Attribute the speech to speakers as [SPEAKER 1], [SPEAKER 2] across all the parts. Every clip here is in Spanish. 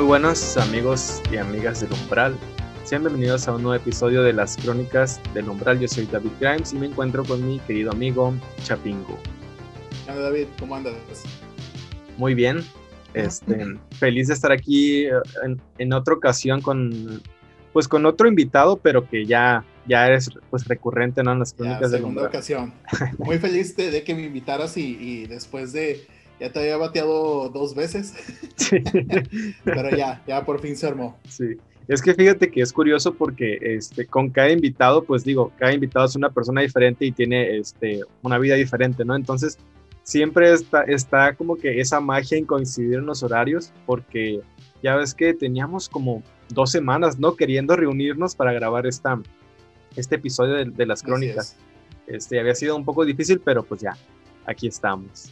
[SPEAKER 1] Muy buenos amigos y amigas del Umbral. Sean bienvenidos a un nuevo episodio de las Crónicas del Umbral. Yo soy David Grimes y me encuentro con mi querido amigo Chapingo.
[SPEAKER 2] ¿Qué onda, David? ¿Cómo andas?
[SPEAKER 1] Muy bien. Feliz de estar aquí en otra ocasión con otro invitado, pero que ya eres pues recurrente, ¿no? En las Crónicas del Umbral.
[SPEAKER 2] Segunda ocasión. Muy feliz de que me invitaras y después de... Ya te había bateado 2 veces.
[SPEAKER 1] Sí.
[SPEAKER 2] Pero ya por fin se armó.
[SPEAKER 1] Sí. Es que fíjate que es curioso porque con cada invitado, pues digo, cada invitado es una persona diferente y tiene una vida diferente, ¿no? Entonces, siempre está como que esa magia en coincidir en los horarios, porque ya ves que teníamos como 2 semanas, ¿no? Queriendo reunirnos para grabar este episodio de las crónicas. Había sido un poco difícil, pero pues ya, aquí estamos.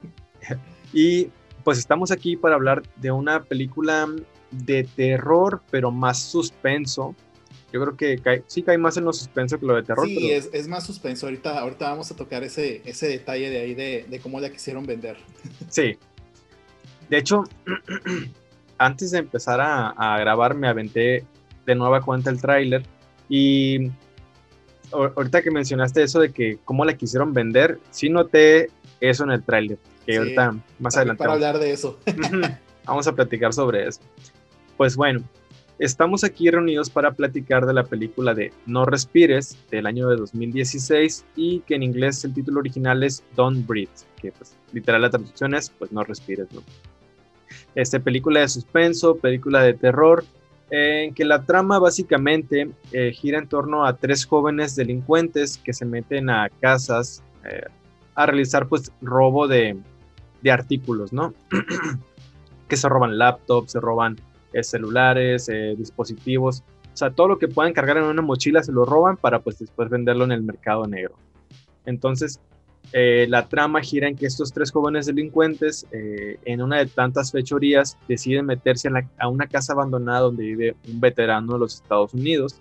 [SPEAKER 1] Y pues estamos aquí para hablar de una película de terror, pero más suspenso. Yo creo que cae más en lo suspenso que lo de terror.
[SPEAKER 2] Sí, pero... es más suspenso. Ahorita vamos a tocar ese detalle de ahí de cómo la quisieron vender.
[SPEAKER 1] Sí. De hecho, antes de empezar a grabar, me aventé de nueva cuenta el tráiler. Y ahorita que mencionaste eso de que cómo la quisieron vender, sí noté eso en el tráiler. Que sí, ahorita más adelante
[SPEAKER 2] para hablar de eso.
[SPEAKER 1] Vamos a platicar sobre eso. Pues bueno, estamos aquí reunidos para platicar de la película de No Respires, del año de 2016, y que en inglés el título original es Don't Breathe, que pues literal la traducción es pues no respires, ¿no? Película de suspenso, película de terror, en que la trama básicamente gira en torno a 3 jóvenes delincuentes que se meten a casas a realizar pues robo de artículos, ¿no? Que se roban laptops, se roban celulares, dispositivos, o sea, todo lo que puedan cargar en una mochila se lo roban para pues después venderlo en el mercado negro. Entonces, la trama gira en que estos 3 jóvenes delincuentes, en una de tantas fechorías, deciden meterse a una casa abandonada donde vive un veterano de los Estados Unidos,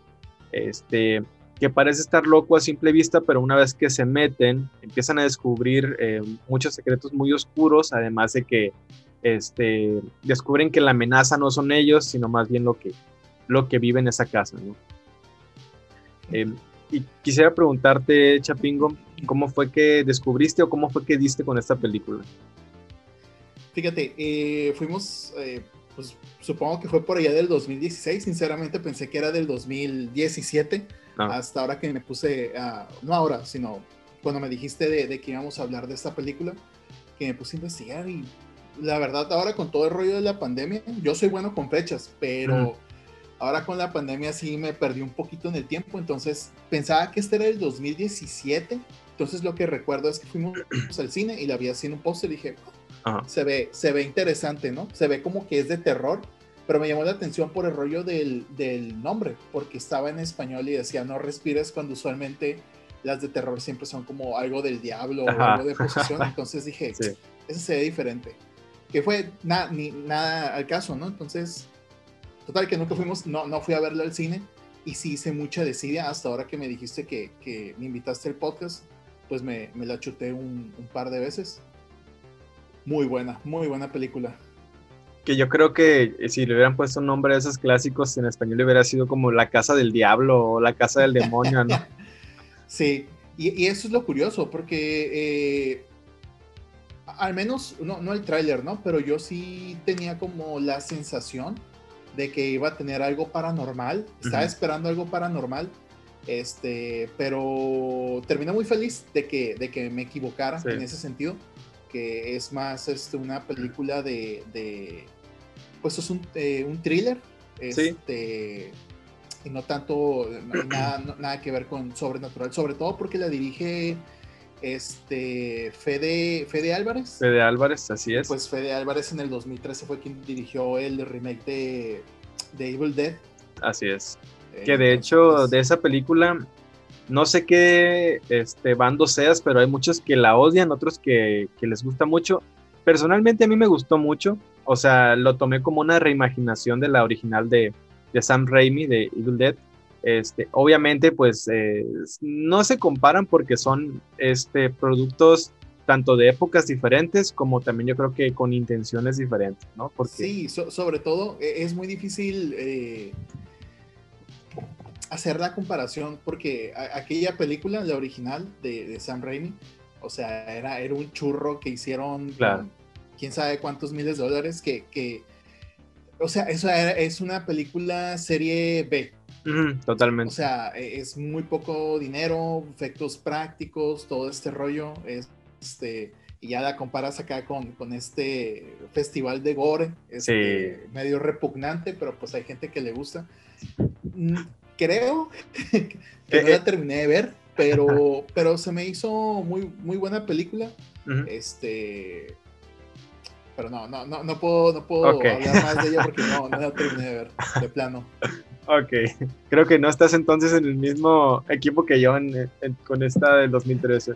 [SPEAKER 1] que parece estar loco a simple vista, pero una vez que se meten, empiezan a descubrir muchos secretos muy oscuros, además de que descubren que la amenaza no son ellos, sino más bien lo que vive en esa casa, ¿no? Y quisiera preguntarte, Chapingo, ¿cómo fue que descubriste o cómo fue que diste con esta película?
[SPEAKER 2] Fíjate, fuimos... pues supongo que fue por allá del 2016, sinceramente pensé que era del 2017, hasta ahora que me puse, no ahora, sino cuando me dijiste de que íbamos a hablar de esta película, que me puse a investigar y la verdad ahora con todo el rollo de la pandemia, yo soy bueno con fechas, pero ahora con la pandemia sí me perdí un poquito en el tiempo, entonces pensaba que este era el 2017, entonces lo que recuerdo es que fuimos al cine y la vi así en un póster y dije... Se ve interesante, ¿no? Se ve como que es de terror, pero me llamó la atención por el rollo del nombre, porque estaba en español y decía no respires, cuando usualmente las de terror siempre son como algo del diablo o algo de posesión. Entonces dije, sí, ese se ve diferente, que fue nada al caso, ¿no? Entonces, total que nunca fuimos, no fui a verlo al cine y sí hice mucha desidia hasta ahora que me dijiste que me invitaste al podcast, pues me la chuté un par de veces. Muy buena película.
[SPEAKER 1] Que yo creo que si le hubieran puesto un nombre a esos clásicos en español hubiera sido como La Casa del Diablo o La Casa del Demonio, ¿no?
[SPEAKER 2] Sí, y eso es lo curioso, porque al menos, no el tráiler, ¿no? Pero yo sí tenía como la sensación de que iba a tener algo paranormal. Estaba esperando algo paranormal, pero terminé muy feliz de que me equivocara en ese sentido, que es más una película pues es un thriller, y no tanto nada que ver con sobrenatural, sobre todo porque la dirige Fede Álvarez.
[SPEAKER 1] Fede Álvarez, así es.
[SPEAKER 2] Pues Fede Álvarez en el 2013 fue quien dirigió el remake de Evil Dead.
[SPEAKER 1] Así es. Que de hecho, de esa película, no sé qué bando seas, pero hay muchos que la odian, otros que les gusta mucho. Personalmente a mí me gustó mucho, o sea, lo tomé como una reimaginación de la original de Sam Raimi, de Evil Dead. Obviamente, pues, no se comparan porque son productos tanto de épocas diferentes como también yo creo que con intenciones diferentes, ¿no? Porque...
[SPEAKER 2] Sí, sobre todo es muy difícil hacer la comparación porque aquella película, la original de Sam Raimi, o sea, era un churro que hicieron con quién sabe cuántos miles de dólares que o sea, eso es una película serie B.
[SPEAKER 1] Totalmente.
[SPEAKER 2] O sea, es muy poco dinero, efectos prácticos, todo este rollo, y ya la comparas acá con este festival de gore, medio repugnante, pero pues hay gente que le gusta. Creo que no la terminé de ver, pero se me hizo muy, muy buena película. Pero no puedo hablar más de ella porque no la terminé de ver, de plano.
[SPEAKER 1] Ok, creo que no estás entonces en el mismo equipo que yo con esta del 2013.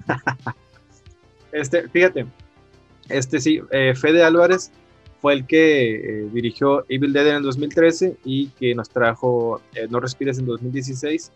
[SPEAKER 1] Fíjate, sí, Fede Álvarez fue el que dirigió Evil Dead en el 2013 y que nos trajo No Respires en 2016.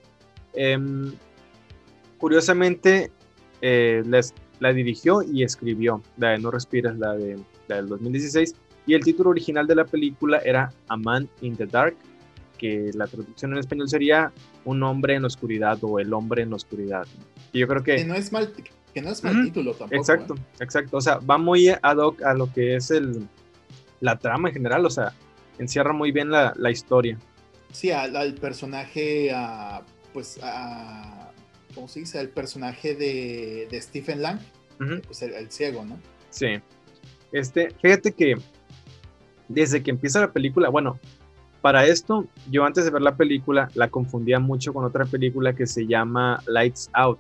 [SPEAKER 1] Curiosamente, la dirigió y escribió, la de No Respires, la del 2016, y el título original de la película era A Man in the Dark, que la traducción en español sería Un hombre en la oscuridad o El hombre en la oscuridad. Y yo creo que
[SPEAKER 2] no es mal título tampoco.
[SPEAKER 1] Exacto. O sea, va muy ad hoc a lo que es la trama en general, o sea, encierra muy bien la historia.
[SPEAKER 2] Sí, al personaje, ¿cómo se dice? El personaje de Stephen Lang, pues el ciego, ¿no?
[SPEAKER 1] Sí. Fíjate que desde que empieza la película, bueno, para esto, yo antes de ver la película, la confundía mucho con otra película que se llama Lights Out,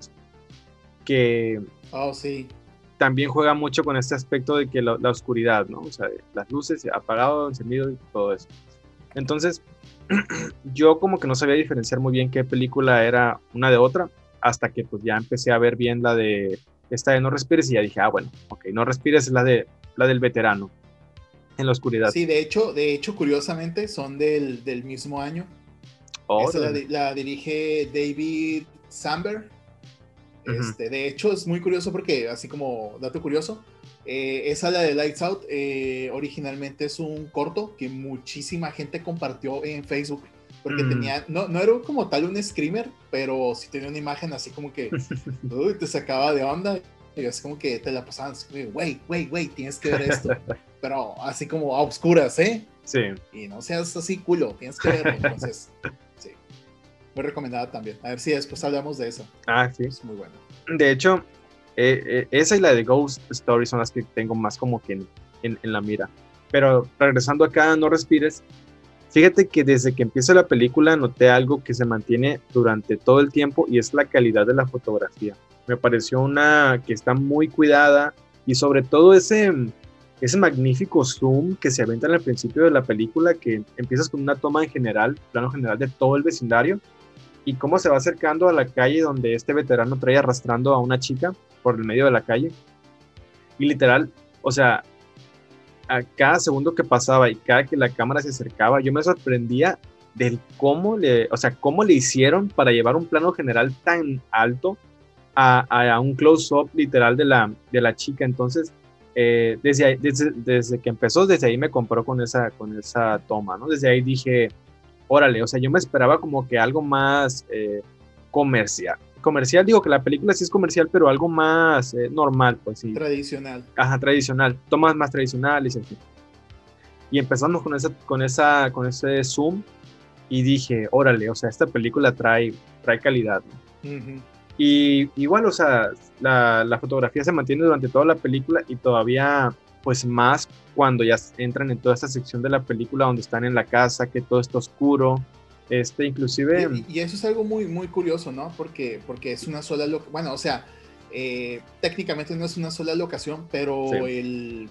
[SPEAKER 1] que
[SPEAKER 2] sí,
[SPEAKER 1] también juega mucho con este aspecto de que la oscuridad, ¿no? O sea, las luces, apagado, encendido y todo eso. Entonces, yo como que no sabía diferenciar muy bien qué película era una de otra, hasta que pues ya empecé a ver bien la de esta de No Respires y ya dije, bueno, ok, No Respires es la del veterano en la oscuridad.
[SPEAKER 2] Sí, de hecho curiosamente son del mismo año. Esa la dirige David Samberg. De hecho es muy curioso porque, así como dato curioso, esa la de Lights Out originalmente es un corto que muchísima gente compartió en Facebook porque tenía, no era como tal un screamer, pero sí tenía una imagen así como que te sacaba de onda y así como que te la pasaban así, wait, tienes que ver esto, pero así como a oscuras,
[SPEAKER 1] Sí.
[SPEAKER 2] Y no seas así culo, tienes que verlo. Entonces, sí, muy recomendada también. A ver si después hablamos de eso.
[SPEAKER 1] Sí.
[SPEAKER 2] Es muy buena.
[SPEAKER 1] De hecho, esa y la de Ghost Story son las que tengo más como que en la mira. Pero regresando acá, No Respires, fíjate que desde que empieza la película noté algo que se mantiene durante todo el tiempo y es la calidad de la fotografía. Me pareció una que está muy cuidada y sobre todo ese magnífico zoom que se avienta al principio de la película, que empiezas con una toma en general, plano general de todo el vecindario y cómo se va acercando a la calle donde este veterano trae arrastrando a una chica por el medio de la calle. Y literal, o sea, a cada segundo que pasaba y cada que la cámara se acercaba, yo me sorprendía del cómo le hicieron para llevar un plano general tan alto a un close-up literal de la chica. Entonces, desde que empezó, desde ahí me compró con esa toma, ¿no? Desde ahí dije, órale, o sea, yo me esperaba como que algo más comercial. Comercial, digo que la película sí es comercial, pero algo más normal, pues sí.
[SPEAKER 2] Tradicional.
[SPEAKER 1] Ajá, tradicional, tomas más tradicionales, en fin. Y empezamos con ese zoom y dije, órale, o sea, esta película trae calidad, ¿no? Y igual, o sea, la fotografía se mantiene durante toda la película y todavía, pues más cuando ya entran en toda esta sección de la película donde están en la casa, que todo está oscuro, inclusive...
[SPEAKER 2] Y eso es algo muy, muy curioso, ¿no? Porque es una sola locación, bueno, o sea, técnicamente no es una sola locación, pero sí. El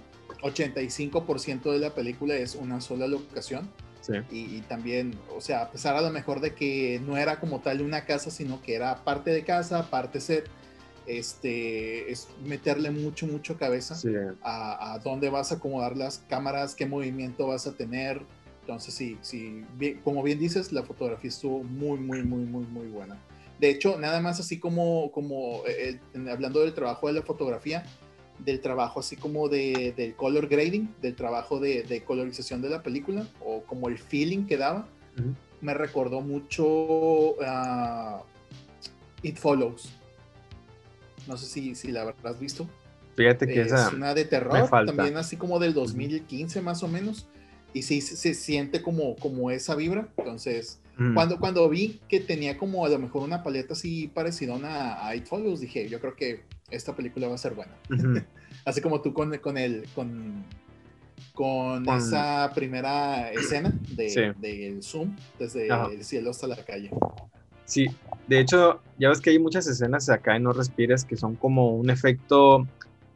[SPEAKER 2] 85% de la película es una sola locación.
[SPEAKER 1] Sí.
[SPEAKER 2] Y también, o sea, a pesar a lo mejor de que no era como tal una casa, sino que era parte de casa, parte set, es meterle mucho cabeza
[SPEAKER 1] sí.
[SPEAKER 2] a dónde vas a acomodar las cámaras, qué movimiento vas a tener. Entonces sí, bien, como bien dices, la fotografía estuvo muy buena. De hecho, nada más así como hablando del trabajo de la fotografía, del trabajo así como del color grading, del trabajo de colorización de la película, o como el feeling que daba, me recordó mucho It Follows. No sé si la habrás visto.
[SPEAKER 1] Fíjate que
[SPEAKER 2] es una de terror, también así como del 2015 más o menos, y sí se siente como esa vibra. Entonces, cuando vi que tenía como a lo mejor una paleta así parecida a It Follows, dije, yo creo que esta película va a ser buena. Así como tú con esa primera escena del zoom desde el cielo hasta la calle.
[SPEAKER 1] Sí, de hecho, ya ves que hay muchas escenas acá en No Respires que son como un efecto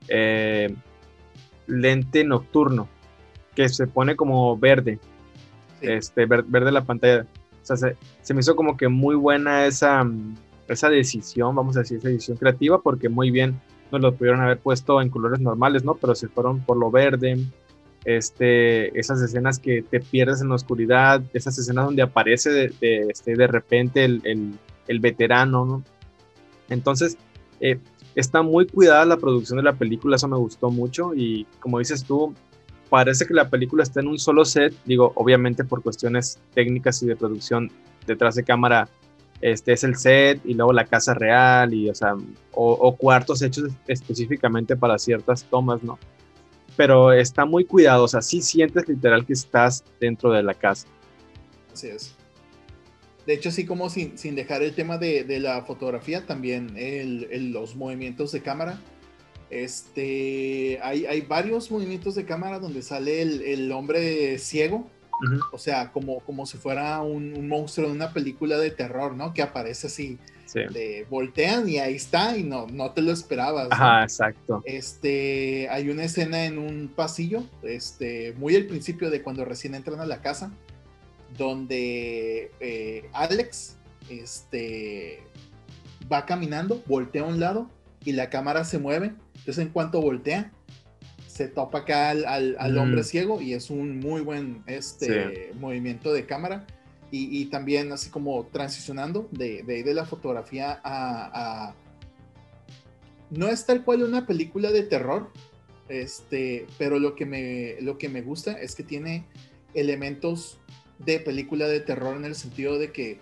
[SPEAKER 1] lente nocturno, que se pone como verde, verde la pantalla. O sea, se me hizo como que muy buena esa decisión, vamos a decir, esa decisión creativa, porque muy bien nos lo pudieron haber puesto en colores normales, ¿no? Pero se fueron por lo verde. Esas escenas que te pierdes en la oscuridad, esas escenas donde aparece de repente el veterano, ¿no? Entonces, está muy cuidada la producción de la película, eso me gustó mucho, y como dices tú, parece que la película está en un solo set, digo, obviamente por cuestiones técnicas y de producción detrás de cámara, es el set y luego la casa real, y, o cuartos hechos específicamente para ciertas tomas, ¿no? Pero está muy cuidado, o sea, sí sientes literal que estás dentro de la casa.
[SPEAKER 2] Así es. De hecho, así como sin dejar el tema de la fotografía, también los movimientos de cámara. Hay varios movimientos de cámara donde sale el hombre ciego, o sea, como si fuera un monstruo de una película de terror, ¿no? Que aparece así, voltean y ahí está, y no te lo esperabas, ¿no?
[SPEAKER 1] Ajá, exacto.
[SPEAKER 2] Hay una escena en un pasillo, muy al principio de cuando recién entran a la casa, donde Alex va caminando, voltea a un lado y la cámara se mueve. Entonces, en cuanto voltea, se topa acá al hombre ciego, y es un muy buen movimiento de cámara. Y también así como transicionando de la fotografía a no es tal cual una película de terror, pero lo que me gusta es que tiene elementos de película de terror, en el sentido de que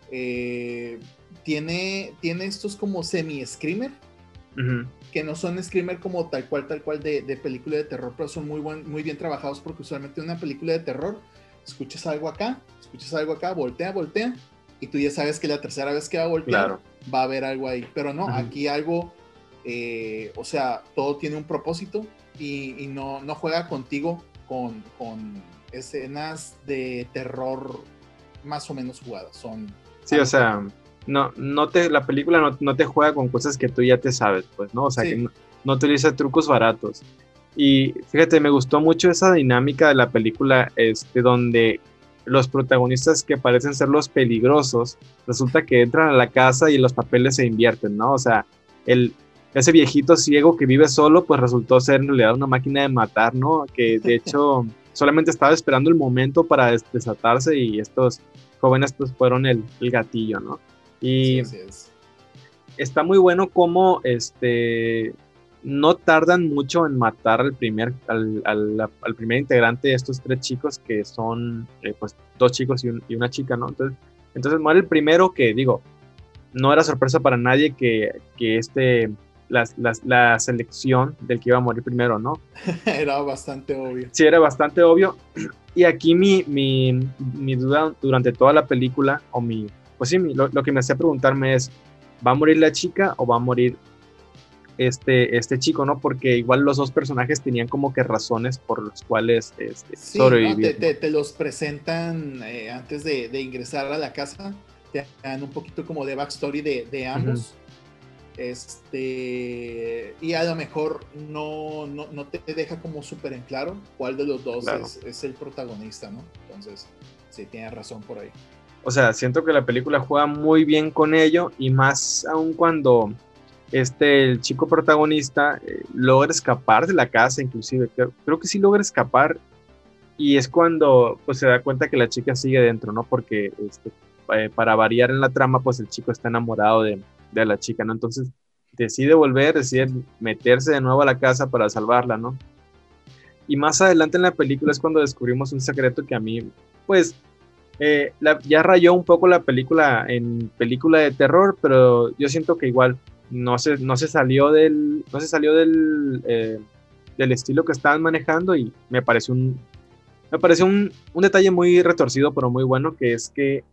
[SPEAKER 2] tiene estos como semi-screamer, que no son screamer como tal cual de película de terror, pero son muy bien trabajados, porque usualmente en una película de terror escuchas algo acá, voltea, y tú ya sabes que la tercera vez que va a voltear, va a haber algo ahí, pero no, aquí algo, o sea, todo tiene un propósito, y no juega contigo con escenas de terror más o menos jugadas.
[SPEAKER 1] Sí, o sea, la película no te juega con cosas que tú ya te sabes, pues, ¿no? O sea, que no utiliza trucos baratos. Y fíjate, me gustó mucho esa dinámica de la película, donde los protagonistas que parecen ser los peligrosos, resulta que entran a la casa y los papeles se invierten, ¿no? O sea, ese viejito ciego que vive solo, pues resultó ser en realidad una máquina de matar, ¿no? Que de hecho solamente estaba esperando el momento para desatarse, y estos jóvenes pues fueron el gatillo, ¿no? Y
[SPEAKER 2] sí,
[SPEAKER 1] está muy bueno cómo no tardan mucho en matar al primer integrante de estos tres chicos, que son pues dos chicos y una chica, ¿no? Entonces muere el primero, que digo, no era sorpresa para nadie que la selección del que iba a morir primero, ¿no?
[SPEAKER 2] Era bastante obvio.
[SPEAKER 1] Sí, era bastante obvio. Y aquí mi duda durante toda la película, lo que me hacía preguntarme es, ¿va a morir la chica o va a morir este chico, no? Porque igual los dos personajes tenían como que razones por las cuales sobrevivir.
[SPEAKER 2] ¿no? Te los presentan antes de ingresar a la casa, te dan un poquito como de backstory de ambos. Y a lo mejor no te deja como súper en claro cuál de los dos es el protagonista, ¿no? Entonces, sí, tienes razón por ahí.
[SPEAKER 1] O sea, siento que la película juega muy bien con ello, y más aún cuando el chico protagonista logra escapar de la casa, inclusive, creo que sí logra escapar, y es cuando pues se da cuenta que la chica sigue dentro, ¿no? Porque para variar en la trama, pues el chico está enamorado de la chica, ¿no? Entonces decide meterse de nuevo a la casa para salvarla, ¿no? Y más adelante en la película es cuando descubrimos un secreto que a mí, pues, ya rayó un poco la película en película de terror, pero yo siento que igual no se salió del estilo que estaban manejando, y me pareció un detalle muy retorcido, pero muy bueno, que es que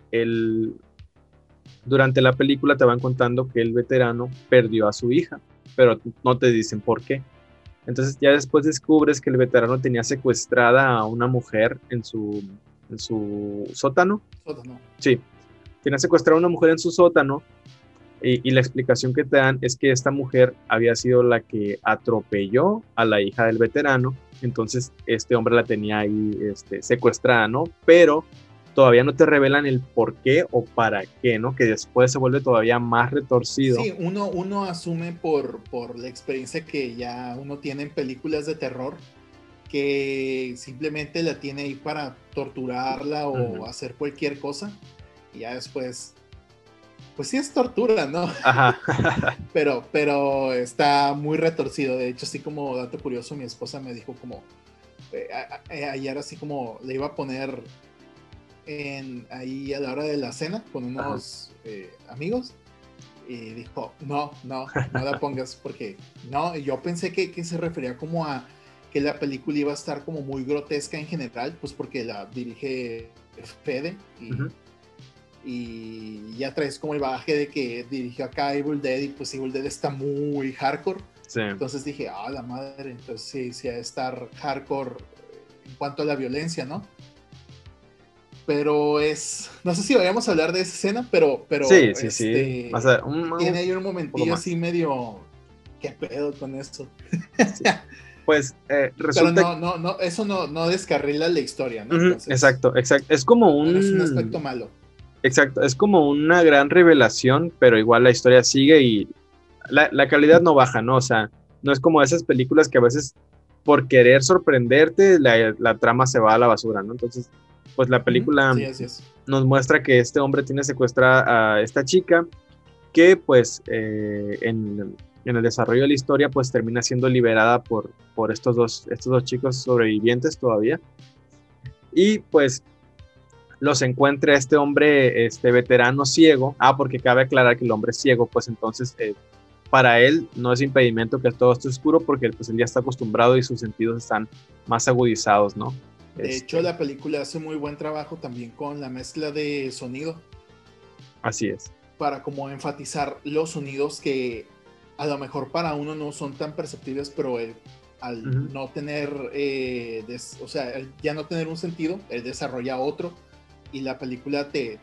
[SPEAKER 1] durante la película te van contando que el veterano perdió a su hija, pero no te dicen por qué. Entonces ya después descubres que el veterano tenía secuestrada a una mujer en su sótano.
[SPEAKER 2] Sótano.
[SPEAKER 1] Sí, tenía secuestrada a una mujer en su sótano, y la explicación que te dan es que esta mujer había sido la que atropelló a la hija del veterano. Entonces este hombre la tenía ahí secuestrada, ¿no? Pero todavía no te revelan el por qué o para qué, ¿no? Que después se vuelve todavía más retorcido.
[SPEAKER 2] Sí, uno asume por la experiencia que ya uno tiene en películas de terror, que simplemente la tiene ahí para torturarla o hacer cualquier cosa, y ya después, pues sí es tortura, ¿no?
[SPEAKER 1] Ajá.
[SPEAKER 2] pero está muy retorcido. De hecho, así como dato curioso, mi esposa me dijo como, ayer así como le iba a poner ahí a la hora de la cena con unos amigos, y dijo, no la pongas, porque no, yo pensé que se refería como a que la película iba a estar como muy grotesca en general, pues porque la dirige Fede, y ya traes como el bagaje de que dirigió acá Evil Dead, y pues Evil Dead está muy hardcore.
[SPEAKER 1] Sí.
[SPEAKER 2] Entonces dije, la madre, entonces sí, a estar hardcore en cuanto a la violencia, ¿no? Pero no sé si vayamos a hablar de esa escena, pero
[SPEAKER 1] sí. O sea,
[SPEAKER 2] tiene ahí un momentillo así medio, ¿qué pedo con esto?
[SPEAKER 1] Sí. Pues resulta...
[SPEAKER 2] Pero no, eso no descarrila la historia, ¿no?
[SPEAKER 1] Entonces, exacto. Es como
[SPEAKER 2] no es un aspecto malo.
[SPEAKER 1] Exacto, es como una gran revelación, pero igual la historia sigue y la calidad no baja, ¿no? O sea, no es como esas películas que a veces por querer sorprenderte la trama se va a la basura, ¿no? Entonces, pues la película nos muestra que este hombre tiene secuestrada a esta chica, que pues en el desarrollo de la historia pues termina siendo liberada por estos dos chicos sobrevivientes todavía, y pues los encuentra este hombre, veterano ciego. Porque cabe aclarar que el hombre es ciego, pues entonces para él no es impedimento que todo esté oscuro, porque pues él ya está acostumbrado y sus sentidos están más agudizados, ¿no?
[SPEAKER 2] De hecho, la película hace muy buen trabajo también con la mezcla de sonido.
[SPEAKER 1] Así es.
[SPEAKER 2] Para como enfatizar los sonidos que a lo mejor para uno no son tan perceptibles, pero él, al no tener, o sea, ya no tener un sentido, él desarrolla otro, y la película te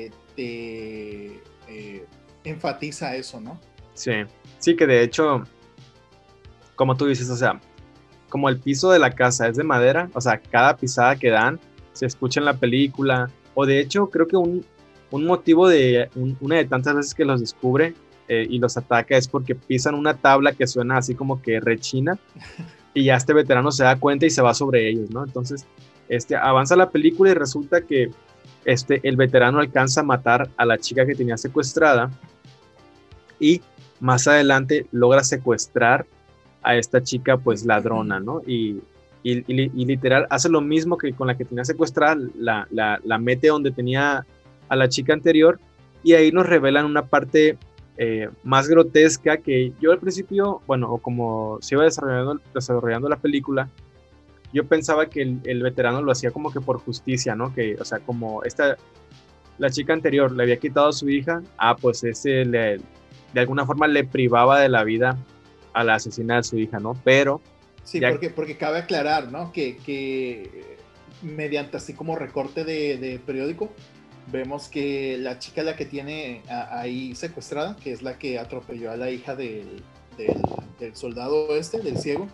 [SPEAKER 2] enfatiza eso, ¿no?
[SPEAKER 1] Sí, que de hecho, como tú dices, o sea, como el piso de la casa es de madera, o sea, cada pisada que dan se escucha en la película, o de hecho creo que un motivo de una de tantas veces que los descubre y los ataca es porque pisan una tabla que suena así como que rechina, y ya este veterano se da cuenta y se va sobre ellos, ¿no? Entonces avanza la película y resulta que el veterano alcanza a matar a la chica que tenía secuestrada, y más adelante logra secuestrar a esta chica pues ladrona, ¿no? Y literal hace lo mismo que con la que tenía secuestrada, la mete donde tenía a la chica anterior, y ahí nos revelan una parte más grotesca que yo al principio, bueno, o como se iba desarrollando la película, yo pensaba que el veterano lo hacía como que por justicia, ¿no? Que, o sea, como la chica anterior le había quitado a su hija, pues de alguna forma le privaba de la vida a la asesina de su hija, ¿no? Pero...
[SPEAKER 2] Sí, porque cabe aclarar, ¿no? Que mediante así como recorte de periódico, vemos que la chica, la que tiene ahí secuestrada, que es la que atropelló a la hija del soldado del ciego,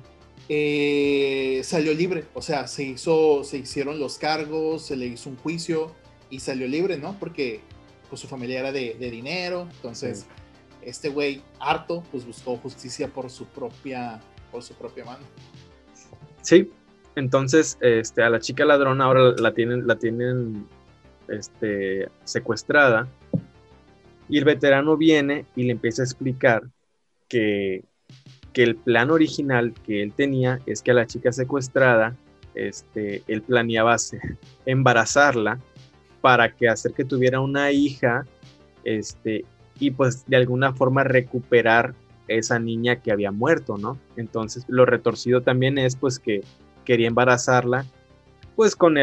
[SPEAKER 2] salió libre. O sea, se hicieron los cargos, se le hizo un juicio y salió libre, ¿no? Porque pues, su familia era de dinero. Entonces, este güey, harto, pues buscó justicia por su propia mano.
[SPEAKER 1] Sí, entonces a la chica ladrona ahora la tienen secuestrada, y el veterano viene y le empieza a explicar que el plan original que él tenía es que a la chica secuestrada, él planeaba embarazarla para hacer que tuviera una hija, y pues de alguna forma recuperar esa niña que había muerto, ¿no? Entonces lo retorcido también es pues que quería embarazarla pues con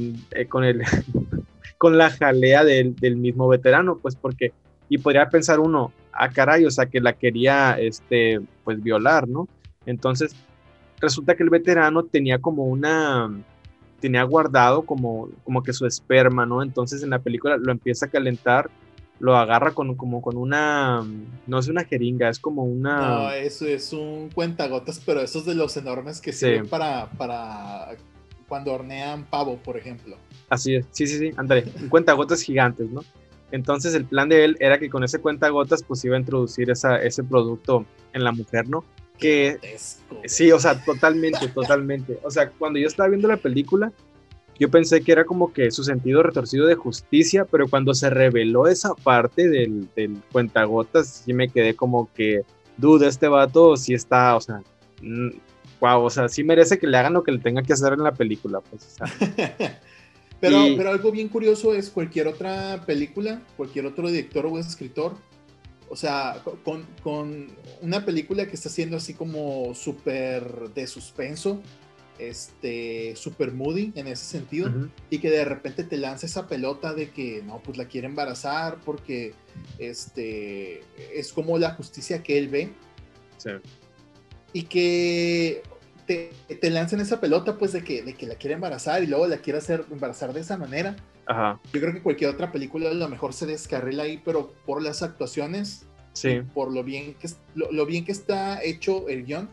[SPEAKER 1] con la jalea del mismo veterano, pues porque, y podría pensar uno, caray, o sea que la quería pues violar, ¿no? Entonces resulta que el veterano tenía guardado como que su esperma, ¿no? Entonces en la película lo empieza a calentar, lo agarra como con una, no es una jeringa, es como una...
[SPEAKER 2] No, eso es un cuentagotas, pero esos de los enormes que
[SPEAKER 1] Sí.
[SPEAKER 2] sirven para cuando hornean pavo, por ejemplo.
[SPEAKER 1] Así es, sí, ándale, un cuentagotas gigantes, ¿no? Entonces el plan de él era que con ese cuentagotas pues iba a introducir ese producto en la mujer, ¿no? Que sí, o sea, totalmente. O sea, cuando yo estaba viendo la película, yo pensé que era como que su sentido retorcido de justicia, pero cuando se reveló esa parte del cuentagotas, sí me quedé como que, dude, este vato sí está, o sea, wow, o sea, sí merece que le hagan lo que le tenga que hacer en la película, pues, o sea.
[SPEAKER 2] Pero algo bien curioso es cualquier otra película, cualquier otro director o escritor, o sea, con una película que está siendo así como súper de suspenso, súper moody en ese sentido, y que de repente te lanza esa pelota de que no, pues la quiere embarazar porque es como la justicia que él ve.
[SPEAKER 1] Sí.
[SPEAKER 2] Y que te lanzan esa pelota pues de que la quiere embarazar y luego la quiere hacer embarazar de esa manera.
[SPEAKER 1] Ajá.
[SPEAKER 2] Yo creo que cualquier otra película a lo mejor se descarrila ahí, pero por las actuaciones,
[SPEAKER 1] sí,
[SPEAKER 2] por lo bien que está hecho el guión,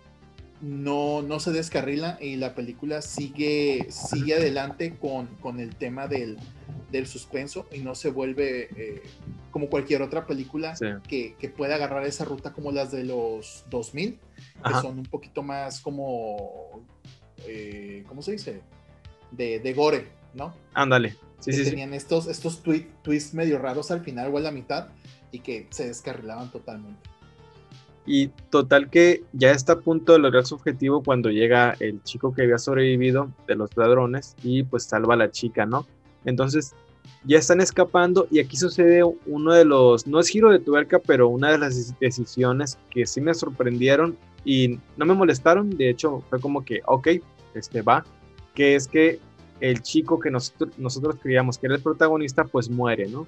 [SPEAKER 2] no se descarrila y la película sigue adelante con el tema del suspenso y no se vuelve como cualquier otra película que pueda agarrar esa ruta como las de los 2000, que son un poquito más como, ¿cómo se dice? De gore, ¿no?
[SPEAKER 1] Ándale. Sí,
[SPEAKER 2] que tenían estos twists medio raros al final o a la mitad y que se descarrilaban totalmente.
[SPEAKER 1] Y total que ya está a punto de lograr su objetivo cuando llega el chico que había sobrevivido de los ladrones y pues salva a la chica, ¿no? Entonces ya están escapando y aquí sucede uno de los, no es giro de tuerca, pero una de las decisiones que sí me sorprendieron y no me molestaron, de hecho fue como que, ok, va, que es que el chico que nosotros creíamos que era el protagonista, pues muere, ¿no?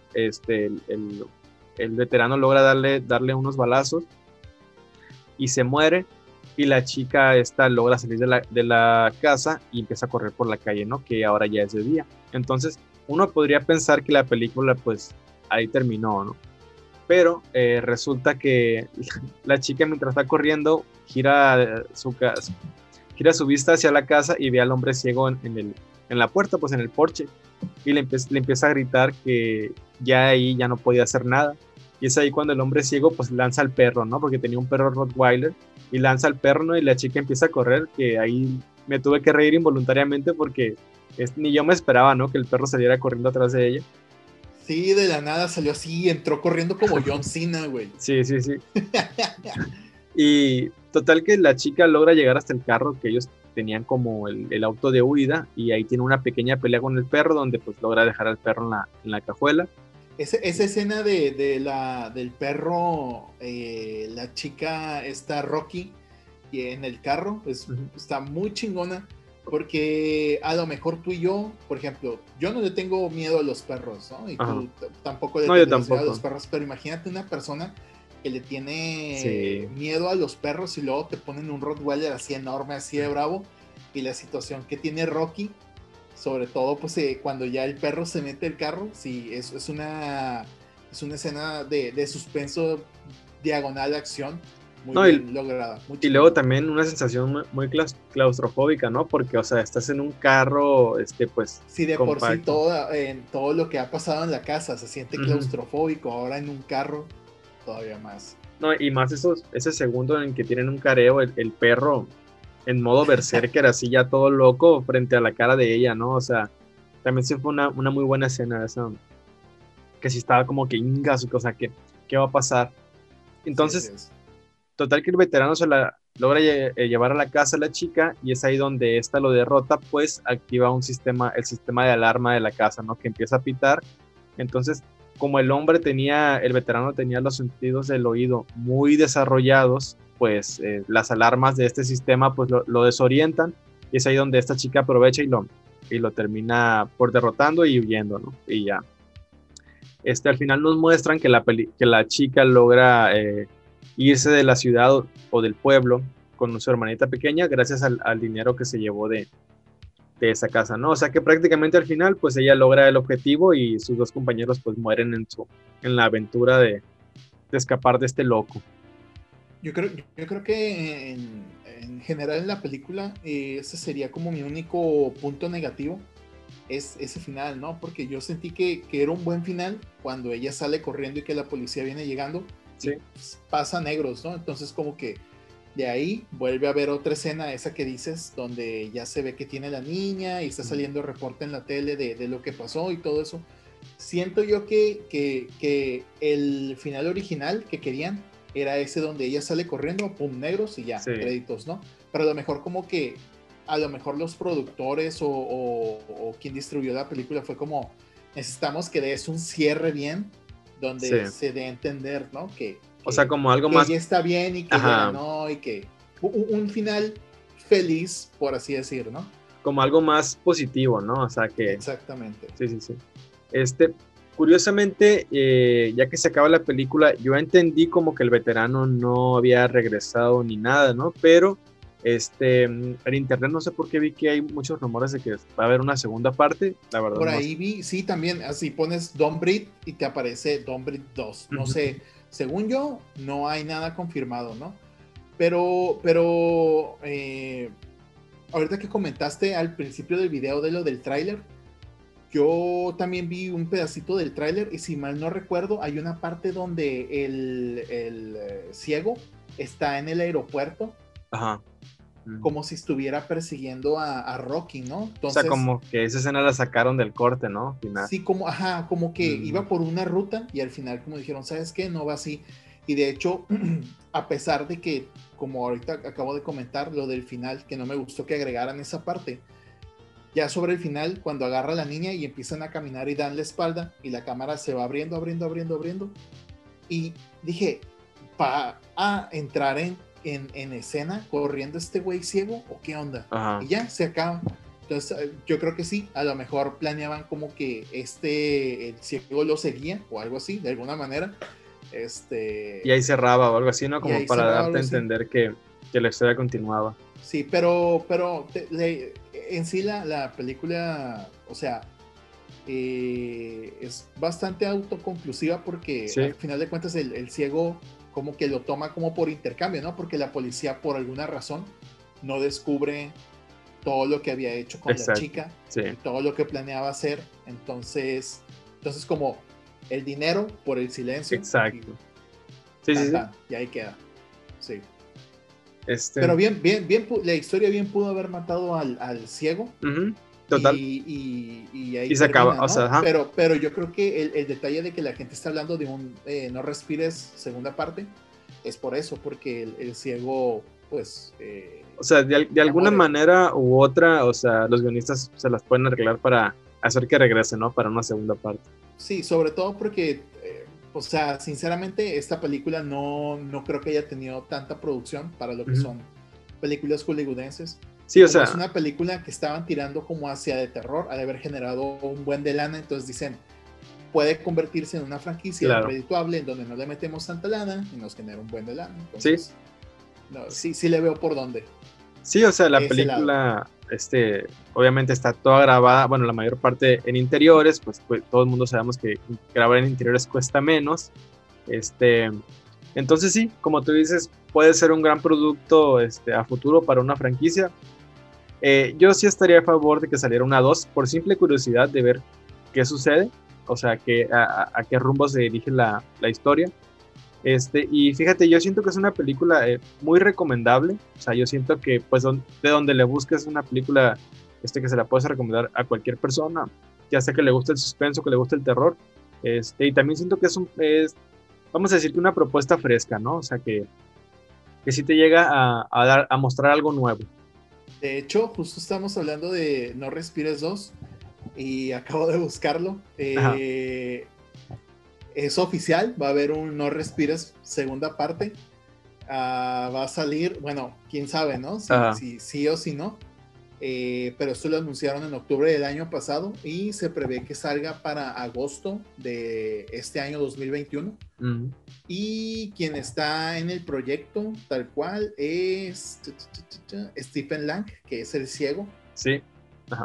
[SPEAKER 1] El veterano logra darle unos balazos y se muere, y la chica logra salir de la casa y empieza a correr por la calle, ¿no? Que ahora ya es de día. Entonces, uno podría pensar que la película, pues, ahí terminó, ¿no? Pero resulta que la chica, mientras está corriendo, gira su vista hacia la casa y ve al hombre ciego en la puerta, pues en el porche, y le empieza a gritar que ya ahí ya no podía hacer nada. Y es ahí cuando el hombre ciego pues lanza al perro, ¿no? Porque tenía un perro Rottweiler y lanza al perro, ¿no? Y la chica empieza a correr, que ahí me tuve que reír involuntariamente porque ni yo me esperaba, ¿no? Que el perro saliera corriendo atrás de ella.
[SPEAKER 2] Sí, de la nada salió así, entró corriendo como John Cena, güey.
[SPEAKER 1] Sí. Y total que la chica logra llegar hasta el carro que ellos tenían como el auto de huida, y ahí tiene una pequeña pelea con el perro donde pues logra dejar al perro en la cajuela.
[SPEAKER 2] Esa escena del perro, la chica está Rocky y en el carro, está muy chingona, porque a lo mejor tú y yo, por ejemplo, yo no le tengo miedo a los perros, ¿no? Y tú tampoco le tienes miedo a los perros, pero imagínate una persona que le tiene miedo a los perros y luego te ponen un Rottweiler así enorme, así de bravo, y la situación que tiene Rocky, sobre todo pues cuando ya el perro se mete el carro, sí, es una escena de suspenso diagonal de acción muy bien lograda.
[SPEAKER 1] Y luego también una sensación muy claustrofóbica, ¿no? Porque, o sea, estás en un carro, pues...
[SPEAKER 2] Sí, de compacto. Por sí todo lo que ha pasado en la casa se siente claustrofóbico, ahora en un carro todavía más.
[SPEAKER 1] No, y más ese segundo en que tienen un careo, el perro en modo berserker, así ya todo loco frente a la cara de ella, ¿no? O sea, también sí fue una muy buena escena esa, que sí estaba como que ingas, o sea, ¿qué va a pasar?
[SPEAKER 2] Sí, así
[SPEAKER 1] Entonces,
[SPEAKER 2] es.
[SPEAKER 1] total que el veterano se la logra llevar a la casa a la chica y es ahí donde ésta lo derrota, pues activa el sistema de alarma de la casa, ¿no? Que empieza a pitar. Entonces, como el veterano tenía los sentidos del oído muy desarrollados, pues las alarmas de este sistema pues lo desorientan y es ahí donde esta chica aprovecha y lo termina por derrotando y huyendo, ¿no? Y ya. Al final nos muestran que la chica logra irse de la ciudad o del pueblo con su hermanita pequeña gracias al dinero que se llevó de esa casa, ¿no? O sea que prácticamente al final pues ella logra el objetivo y sus dos compañeros pues mueren en la aventura de escapar de este loco.
[SPEAKER 2] Yo creo que en general en la película ese sería como mi único punto negativo, es ese final, ¿no? Porque yo sentí que era un buen final cuando ella sale corriendo y que la policía viene llegando y
[SPEAKER 1] Sí.
[SPEAKER 2] pues, pasa negros, ¿no? Entonces como que de ahí vuelve a haber otra escena, esa que dices, donde ya se ve que tiene la niña y está saliendo el reporte en la tele de lo que pasó y todo eso. Siento yo que el final original que querían era ese donde ella sale corriendo, pum, negros y ya,
[SPEAKER 1] Sí.
[SPEAKER 2] créditos, ¿no? Pero a lo mejor como que, a lo mejor los productores o quien distribuyó la película fue como, necesitamos que des un cierre bien, donde
[SPEAKER 1] Sí.
[SPEAKER 2] se dé a entender, ¿no?
[SPEAKER 1] O sea, como algo
[SPEAKER 2] que
[SPEAKER 1] más...
[SPEAKER 2] ella está bien y que ella
[SPEAKER 1] Ajá.
[SPEAKER 2] ganó y que un final feliz, por así decir, ¿no?
[SPEAKER 1] Como algo más positivo, ¿no? O sea que...
[SPEAKER 2] Exactamente.
[SPEAKER 1] Sí, sí, sí. Curiosamente, ya que se acaba la película, yo entendí como que el veterano no había regresado ni nada, ¿no? Pero en internet no sé por qué vi que hay muchos rumores de que va a haber una segunda parte, la verdad
[SPEAKER 2] Por
[SPEAKER 1] no
[SPEAKER 2] ahí
[SPEAKER 1] sé.
[SPEAKER 2] vi, sí, también, así pones Don Breed y te aparece Don Breed 2. No sé, según yo, no hay nada confirmado, ¿no? Pero ahorita que comentaste al principio del video de lo del tráiler, yo también vi un pedacito del tráiler y si mal no recuerdo, hay una parte donde el ciego está en el aeropuerto.
[SPEAKER 1] Ajá.
[SPEAKER 2] Como si estuviera persiguiendo a Rocky, ¿no?
[SPEAKER 1] O sea,
[SPEAKER 2] Entonces,
[SPEAKER 1] como que esa escena la sacaron del corte, ¿no? Final.
[SPEAKER 2] sí, como, ajá, como que iba por una ruta y al final como dijeron, ¿sabes qué? No va así. Y de hecho, a pesar de que, como ahorita acabo de comentar, lo del final, que no me gustó que agregaran esa parte, ya sobre el final, cuando agarra a la niña y empiezan a caminar y dan la espalda y la cámara se va abriendo, abriendo, abriendo, abriendo. Y dije, ¿va a entrar en escena corriendo este güey ciego o qué onda?
[SPEAKER 1] Ajá.
[SPEAKER 2] Y ya se acaba. Entonces, yo creo que sí, a lo mejor planeaban como que el ciego lo seguía o algo así, de alguna manera.
[SPEAKER 1] Y ahí cerraba o algo así, ¿no?
[SPEAKER 2] Y
[SPEAKER 1] Como
[SPEAKER 2] ahí
[SPEAKER 1] para
[SPEAKER 2] cerraba
[SPEAKER 1] darte
[SPEAKER 2] algo
[SPEAKER 1] a
[SPEAKER 2] así.
[SPEAKER 1] entender que la historia continuaba.
[SPEAKER 2] Sí, pero en sí la película, o sea, es bastante autoconclusiva porque
[SPEAKER 1] Sí,
[SPEAKER 2] al final de cuentas el ciego como que lo toma como por intercambio, ¿no? Porque la policía por alguna razón no descubre todo lo que había hecho con la
[SPEAKER 1] exacto.
[SPEAKER 2] chica
[SPEAKER 1] Sí,
[SPEAKER 2] y todo lo que planeaba hacer. Entonces como el dinero por el silencio y
[SPEAKER 1] exacto. Sí, sí,
[SPEAKER 2] tan
[SPEAKER 1] sí.
[SPEAKER 2] tan, y ahí queda. Sí.
[SPEAKER 1] Este,
[SPEAKER 2] Pero bien, la historia bien pudo haber matado al ciego
[SPEAKER 1] ujú, total.
[SPEAKER 2] y ahí
[SPEAKER 1] Y se acaba,
[SPEAKER 2] termina,
[SPEAKER 1] o sea,
[SPEAKER 2] ¿no?
[SPEAKER 1] ajá.
[SPEAKER 2] Pero yo creo que el detalle de que la gente está hablando de un No respires segunda parte es por eso, porque el ciego, pues,
[SPEAKER 1] O sea, de
[SPEAKER 2] ya
[SPEAKER 1] alguna
[SPEAKER 2] muere.
[SPEAKER 1] manera u otra, o sea, los guionistas se las pueden arreglar para hacer que regrese, ¿no? Para una segunda parte.
[SPEAKER 2] Sí, sobre todo porque, o sea, sinceramente, esta película no creo que haya tenido tanta producción para lo que
[SPEAKER 1] Ujú.
[SPEAKER 2] son películas hollywoodenses.
[SPEAKER 1] Sí,
[SPEAKER 2] Y
[SPEAKER 1] o
[SPEAKER 2] como es
[SPEAKER 1] sea,
[SPEAKER 2] una película que estaban tirando como hacia de terror, al haber generado un buen de lana, entonces dicen, puede convertirse en una franquicia
[SPEAKER 1] claro.
[SPEAKER 2] redituable en donde no le metemos tanta lana y nos genera un buen de lana.
[SPEAKER 1] Sí,
[SPEAKER 2] Entonces, no, sí le veo por dónde.
[SPEAKER 1] sí, o sea, la
[SPEAKER 2] Ese lado.
[SPEAKER 1] película, obviamente está toda grabada, bueno, la mayor parte en interiores, pues todo el mundo sabemos que grabar en interiores cuesta menos. Este, entonces sí, como tú dices, puede ser un gran producto, a futuro para una franquicia. Yo sí estaría a favor de que saliera una 2 por simple curiosidad de ver qué sucede, o sea, a qué rumbo se dirige la historia. Y fíjate, yo siento que es una película muy recomendable, o sea, yo siento que pues de donde le busques una película que se la puedes recomendar a cualquier persona, ya sea que le guste el suspenso, que le guste el terror. Y también siento que vamos a decir que una propuesta fresca, ¿no? O sea, que sí te llega a mostrar algo nuevo.
[SPEAKER 2] De hecho, justo estamos hablando de No Respires 2 y acabo de buscarlo. Es oficial, va a haber un No Respires segunda parte. Va a salir, bueno, quién sabe, ¿no? Si sí o si no. Pero esto lo anunciaron en octubre del año pasado y se prevé que salga para agosto de este año 2021. Y quien está en el proyecto tal cual es Stephen Lang, que es el ciego.
[SPEAKER 1] Sí. Ajá.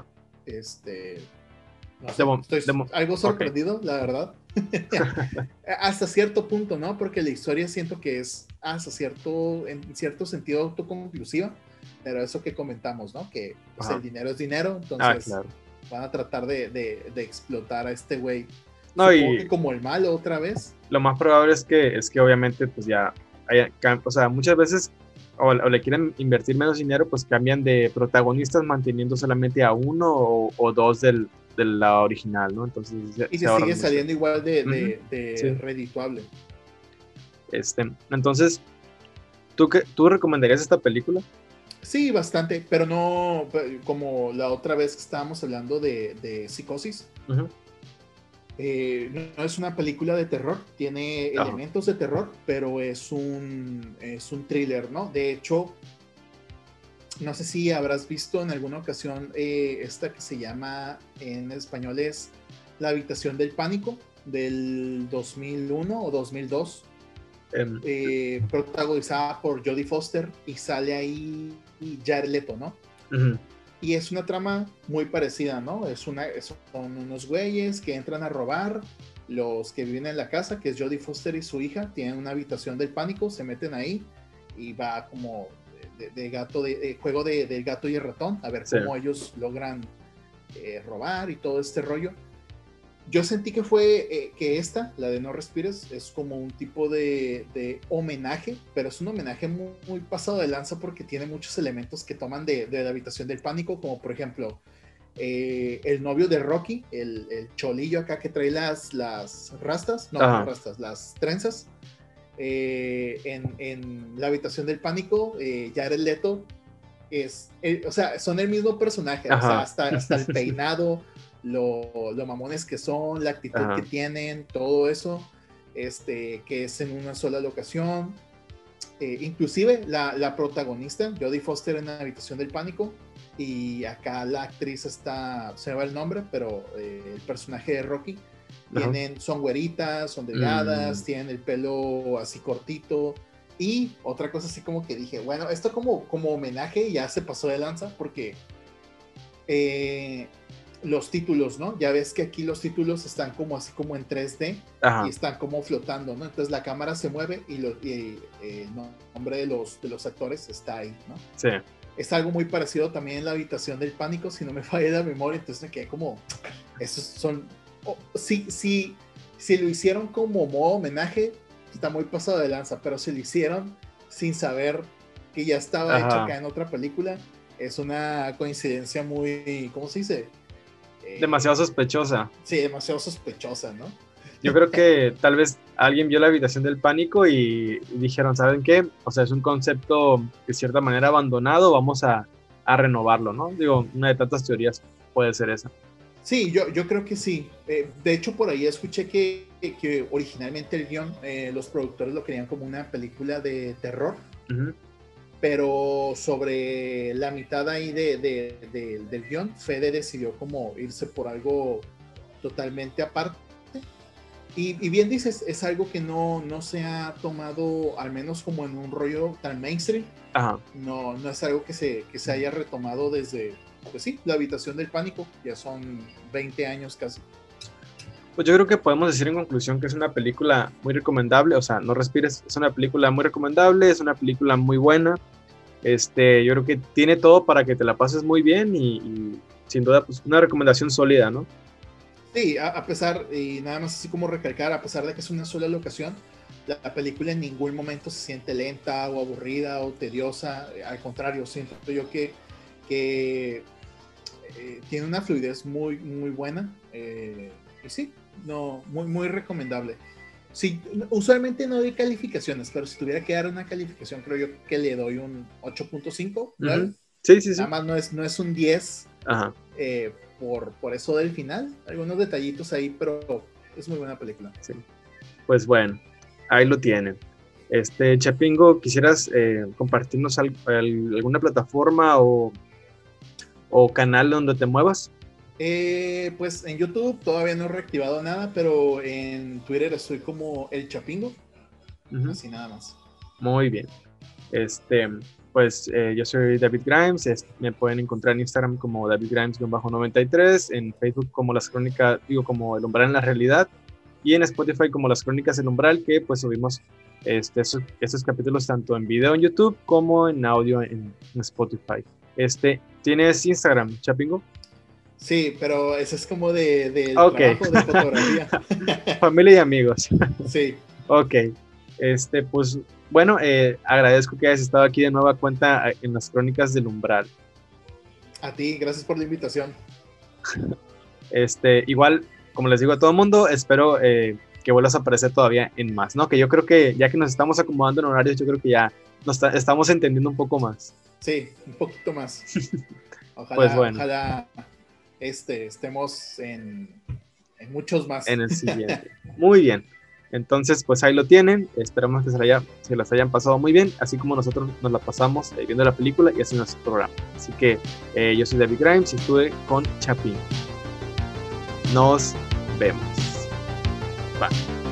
[SPEAKER 2] No sé, estoy algo sorprendido, la verdad. Hasta cierto punto, ¿no? Porque la historia siento que es en cierto sentido autoconclusiva, pero eso que comentamos, ¿no? Que pues, el dinero es dinero, entonces
[SPEAKER 1] claro.
[SPEAKER 2] Van a tratar de explotar a este güey.
[SPEAKER 1] No,
[SPEAKER 2] y como el malo otra vez.
[SPEAKER 1] Lo más probable es que obviamente pues ya o sea, muchas veces o le quieren invertir menos dinero, pues cambian de protagonistas manteniendo solamente a uno o dos de la original, ¿no? Entonces
[SPEAKER 2] y se sigue saliendo igual de
[SPEAKER 1] sí.
[SPEAKER 2] redituable.
[SPEAKER 1] Entonces, ¿tú recomendarías esta película?
[SPEAKER 2] Sí, bastante, pero no como la otra vez que estábamos hablando de Psicosis. No es una película de terror, tiene elementos de terror, pero es un thriller, ¿no? De hecho, no sé si habrás visto en alguna ocasión esta que se llama, en español es La Habitación del Pánico, del 2001 o 2002, protagonizada por Jodie Foster y sale ahí Jared Leto, ¿no? Y es una trama muy parecida, ¿no? Son unos güeyes que entran a robar, los que viven en la casa, que es Jodie Foster y su hija, tienen una habitación del pánico, se meten ahí y va como de juego del gato y el ratón, a ver cómo ellos logran robar y todo este rollo. Yo sentí que fue que la de No Respires, es como un tipo de homenaje, pero es un homenaje muy, muy pasado de lanza porque tiene muchos elementos que toman de la habitación del pánico, como por ejemplo el novio de Rocky, el cholillo acá que trae las rastas, las trenzas. En la habitación del pánico, Jared Leto o sea, son el mismo personaje, o sea, hasta el peinado, lo mamones que son, la actitud que tienen, todo eso, que es en una sola locación. Inclusive la protagonista, Jodie Foster, en la habitación del pánico, y acá la actriz se me va el nombre, pero el personaje de Rocky, son güeritas, son delgadas, tienen el pelo así cortito. Y otra cosa así como que dije, bueno, esto como homenaje ya se pasó de lanza porque los títulos, ¿no? Ya ves que aquí los títulos están como así como en 3D y están como flotando, ¿no? Entonces la cámara se mueve y el nombre de los actores está ahí, ¿no?
[SPEAKER 1] Sí.
[SPEAKER 2] Es algo muy parecido también en La Habitación del Pánico, si no me falla la memoria, entonces me quedé como, esos son, si lo hicieron como modo homenaje, está muy pasado de lanza, pero si lo hicieron sin saber que ya estaba hecho acá en otra película, es una coincidencia muy, ¿cómo se dice?
[SPEAKER 1] Demasiado sospechosa.
[SPEAKER 2] Sí, demasiado sospechosa, ¿no?
[SPEAKER 1] Yo creo que tal vez alguien vio La Habitación del Pánico y dijeron, ¿saben qué? O sea, es un concepto de cierta manera abandonado, vamos a renovarlo, ¿no? Digo, una de tantas teorías puede ser esa.
[SPEAKER 2] Sí, yo creo que sí. De hecho, por ahí escuché que originalmente el guión, los productores lo querían como una película de terror, pero sobre la mitad ahí del guión, Fede decidió como irse por algo totalmente aparte. Y bien dices, es algo que no se ha tomado, al menos como en un rollo tan mainstream. No es algo que se haya retomado desde, pues sí, La Habitación del Pánico, ya son 20 años casi.
[SPEAKER 1] Pues yo creo que podemos decir en conclusión que es una película muy recomendable, o sea, No Respires, es una película muy recomendable, es una película muy buena, yo creo que tiene todo para que te la pases muy bien y sin duda pues una recomendación sólida, ¿no?
[SPEAKER 2] Sí, a pesar, y nada más así como recalcar, a pesar de que es una sola locación, la película en ningún momento se siente lenta o aburrida o tediosa, al contrario, siento yo que tiene una fluidez muy, muy buena. Y sí, no, muy, muy recomendable. Sí, usualmente no doy calificaciones, pero si tuviera que dar una calificación, creo yo que le doy un 8.5, ¿vale?
[SPEAKER 1] Sí, sí, sí.
[SPEAKER 2] Nada más no es un 10.
[SPEAKER 1] Ajá.
[SPEAKER 2] Por eso del final. Algunos detallitos ahí, pero es muy buena película.
[SPEAKER 1] Sí. Pues bueno, ahí lo tienen. Chapingo, ¿quisieras compartirnos alguna plataforma o canal donde te muevas?
[SPEAKER 2] Pues en YouTube todavía no he reactivado nada, pero en Twitter estoy como El Chapingo. Así nada más.
[SPEAKER 1] Muy bien. Pues yo soy David Grimes. Me pueden encontrar en Instagram como David Grimes-93, en Facebook como Las Crónicas, como El Umbral en la Realidad, y en Spotify como Las Crónicas del Umbral, que pues subimos estos capítulos tanto en video en YouTube como en audio en Spotify. ¿Tienes Instagram, Chapingo?
[SPEAKER 2] Sí, pero ese es como de trabajo de fotografía.
[SPEAKER 1] Familia y amigos.
[SPEAKER 2] Sí.
[SPEAKER 1] Ok. Pues bueno, agradezco que hayas estado aquí de nueva cuenta en Las Crónicas del Umbral.
[SPEAKER 2] A ti, gracias por la invitación.
[SPEAKER 1] Igual, como les digo a todo el mundo, espero que vuelvas a aparecer todavía en más, ¿no? Que yo creo que ya que nos estamos acomodando en horarios, yo creo que ya estamos entendiendo un poco más.
[SPEAKER 2] Sí, un poquito más. Ojalá,
[SPEAKER 1] pues bueno.
[SPEAKER 2] Ojalá estemos en muchos más.
[SPEAKER 1] En el siguiente. Muy bien. Entonces, pues ahí lo tienen. Esperamos que se las hayan pasado muy bien, así como nosotros nos la pasamos viendo la película y haciendo nuestro programa. Así que yo soy David Grimes y estuve con Chapín. Nos vemos. Bye.